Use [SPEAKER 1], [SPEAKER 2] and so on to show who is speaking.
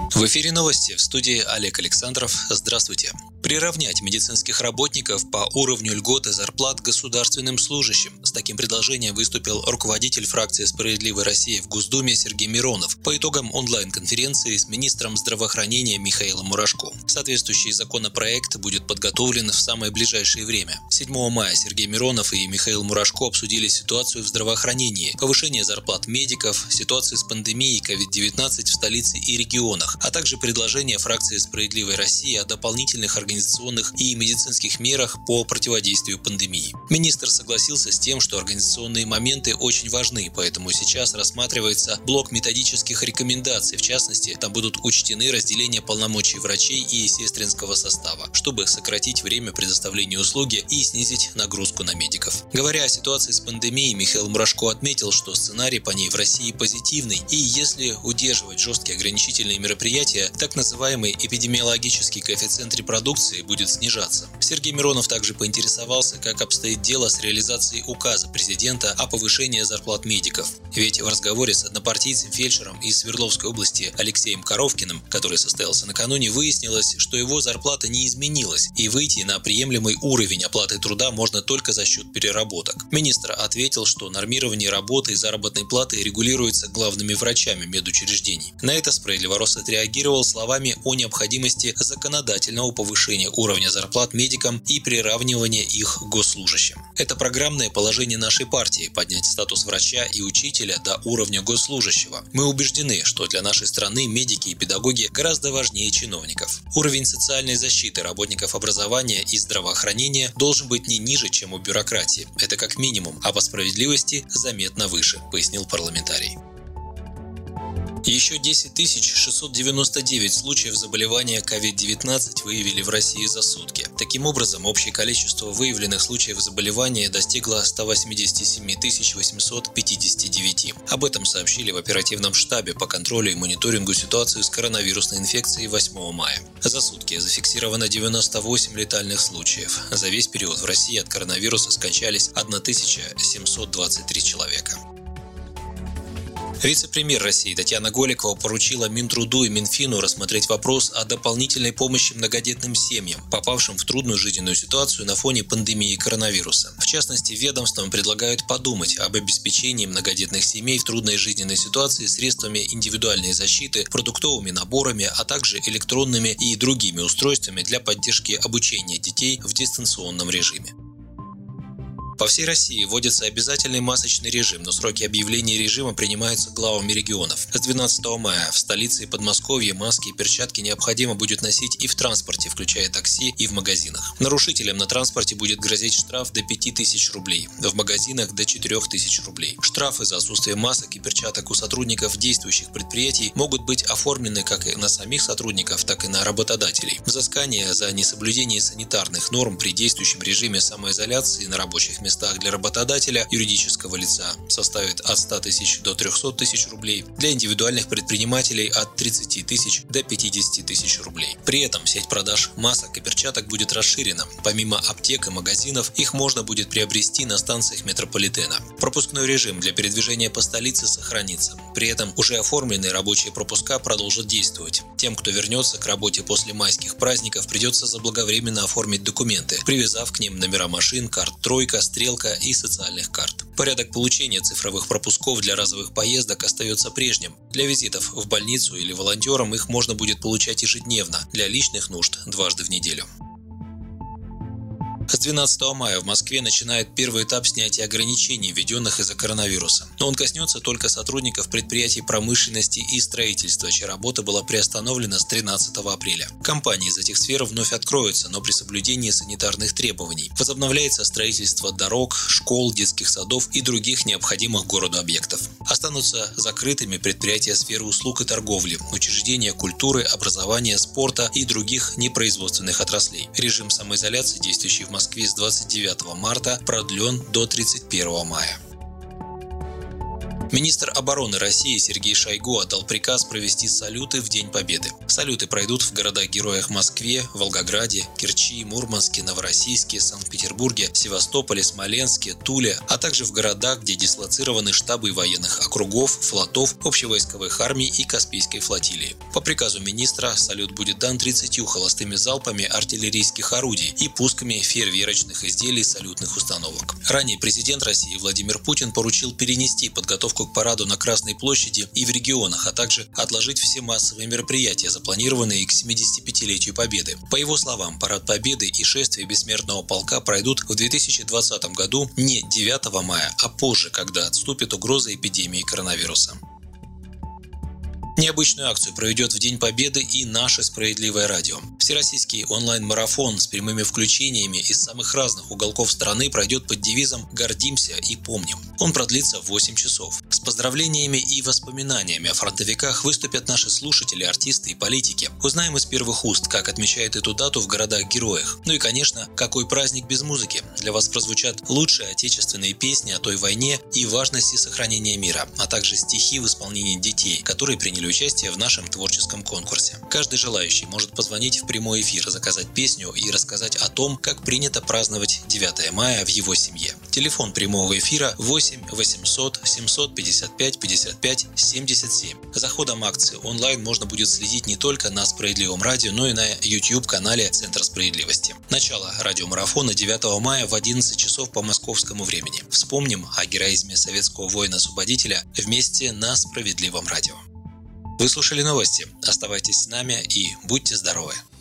[SPEAKER 1] В эфире новости, в студии Олег Александров. Здравствуйте. Приравнять медицинских работников по уровню льгот и зарплат государственным служащим. С таким предложением выступил руководитель фракции «Справедливая Россия» в Госдуме Сергей Миронов по итогам онлайн-конференции с министром здравоохранения Михаилом Мурашко. Соответствующий законопроект будет подготовлен в самое ближайшее время. 7 мая Сергей Миронов и Михаил Мурашко обсудили ситуацию в здравоохранении, повышение зарплат медиков, ситуацию с пандемией COVID-19 в столице и регионах, а также предложение фракции «Справедливой России» о дополнительных организационных и медицинских мерах по противодействию пандемии. Министр согласился с тем, что организационные моменты очень важны, поэтому сейчас рассматривается блок методических рекомендаций. В частности, там будут учтены разделение полномочий врачей и сестринского состава, чтобы сократить время предоставления услуги и снизить нагрузку на медиков. Говоря о ситуации с пандемией, Михаил Мурашко отметил, что сценарий по ней в России позитивный, и если удерживать жесткие ограничительные мероприятия, так называемый эпидемиологический коэффициент репродукции будет снижаться. Сергей Миронов также поинтересовался, как обстоит дело с реализацией указа президента о повышении зарплат медиков. Ведь в разговоре с однопартийцем-фельдшером из Свердловской области Алексеем Коровкиным, который состоялся накануне, выяснилось, что его зарплата не изменилась, и выйти на приемлемый уровень оплаты труда можно только за счет переработок. Министр ответил, что нормирование работы и заработной платы регулируется главными врачами медучреждений. На это Справедливорос отреагировал словами о необходимости законодательного повышения уровня зарплат медикам и приравнивания их к госслужащим. Это программное положение нашей партии – поднять статус врача и учителя до уровня госслужащего. Мы убеждены, что для нашей страны медики и педагоги гораздо важнее чиновников. Уровень социальной защиты работников образования и здравоохранения должен быть не ниже, чем у бюрократии. Это как минимум, а по справедливости заметно выше, пояснил парламентарий. Еще 10 699 случаев заболевания COVID-19 выявили в России за сутки. Таким образом, общее количество выявленных случаев заболевания достигло 187 859. Об этом сообщили в оперативном штабе по контролю и мониторингу ситуации с коронавирусной инфекцией 8 мая. За сутки зафиксировано 98 летальных случаев. За весь период в России от коронавируса скончались 1723 человека. Вице-премьер России Татьяна Голикова поручила Минтруду и Минфину рассмотреть вопрос о дополнительной помощи многодетным семьям, попавшим в трудную жизненную ситуацию на фоне пандемии коронавируса. В частности, ведомствам предлагают подумать об обеспечении многодетных семей в трудной жизненной ситуации средствами индивидуальной защиты, продуктовыми наборами, а также электронными и другими устройствами для поддержки обучения детей в дистанционном режиме. По всей России вводится обязательный масочный режим, но сроки объявления режима принимаются главами регионов. С 12 мая в столице и Подмосковье маски и перчатки необходимо будет носить и в транспорте, включая такси, и в магазинах. Нарушителям на транспорте будет грозить штраф до 5000 рублей, в магазинах до 4000 рублей. Штрафы за отсутствие масок и перчаток у сотрудников действующих предприятий могут быть оформлены как и на самих сотрудников, так и на работодателей. Взыскание за несоблюдение санитарных норм при действующем режиме самоизоляции на рабочих местах для работодателя юридического лица составит от 100 тысяч до 300 тысяч рублей, для индивидуальных предпринимателей от 30 тысяч до 50 тысяч рублей. При этом сеть продаж масок и перчаток будет расширена. Помимо аптек и магазинов, их можно будет приобрести на станциях метрополитена. Пропускной режим для передвижения по столице сохранится. При этом уже оформленные рабочие пропуска продолжат действовать. Тем, кто вернется к работе после майских праздников, придется заблаговременно оформить документы, привязав к ним номера машин, карт «Тройка», «Стрелка» и социальных карт. Порядок получения цифровых пропусков для разовых поездок остается прежним. Для визитов в больницу или волонтерам их можно будет получать ежедневно, для личных нужд дважды в неделю. С 12 мая в Москве начинает первый этап снятия ограничений, введенных из-за коронавируса. Но он коснется только сотрудников предприятий промышленности и строительства, чья работа была приостановлена с 13 апреля. Компании из этих сфер вновь откроются, но при соблюдении санитарных требований. Возобновляется строительство дорог, школ, детских садов и других необходимых городу объектов. Останутся закрытыми предприятия сферы услуг и торговли, учреждения культуры, образования, спорта и других непроизводственных отраслей. Режим самоизоляции, действующий в Москве с 29 марта, продлен до 31 мая. Министр обороны России Сергей Шойгу отдал приказ провести салюты в День Победы. Салюты пройдут в городах-героях Москве, Волгограде, Керчи, Мурманске, Новороссийске, Санкт-Петербурге, Севастополе, Смоленске, Туле, а также в городах, где дислоцированы штабы военных округов, флотов, общевойсковых армий и Каспийской флотилии. По приказу министра салют будет дан 30 холостыми залпами артиллерийских орудий и пусками фейерверочных изделий салютных установок. Ранее президент России Владимир Путин поручил перенести подготовку к параду на Красной площади и в регионах, а также отложить все массовые мероприятия, запланированные к 75-летию Победы. По его словам, парад Победы и шествие Бессмертного полка пройдут в 2020 году не 9 мая, а позже, когда отступит угроза эпидемии коронавируса. Необычную акцию проведет в День Победы и наше «Справедливое радио». Всероссийский онлайн-марафон с прямыми включениями из самых разных уголков страны пройдет под девизом «Гордимся и помним». Он продлится 8 часов. С поздравлениями и воспоминаниями о фронтовиках выступят наши слушатели, артисты и политики. Узнаем из первых уст, как отмечают эту дату в городах-героях. Ну и, конечно, какой праздник без музыки. Для вас прозвучат лучшие отечественные песни о той войне и важности сохранения мира, а также стихи в исполнении детей, которые приняли участие в нашем творческом конкурсе. Каждый желающий может позвонить в прямой эфир, заказать песню и рассказать о том, как принято праздновать 9 мая в его семье. Телефон прямого эфира 8 800 755 55 77. За ходом акции онлайн можно будет следить не только на Справедливом радио, но и на YouTube-канале Центра справедливости. Начало радиомарафона 9 мая в 11 часов по московскому времени. Вспомним о героизме советского воина-освободителя вместе на Справедливом радио. Вы слушали новости. Оставайтесь с нами и будьте здоровы!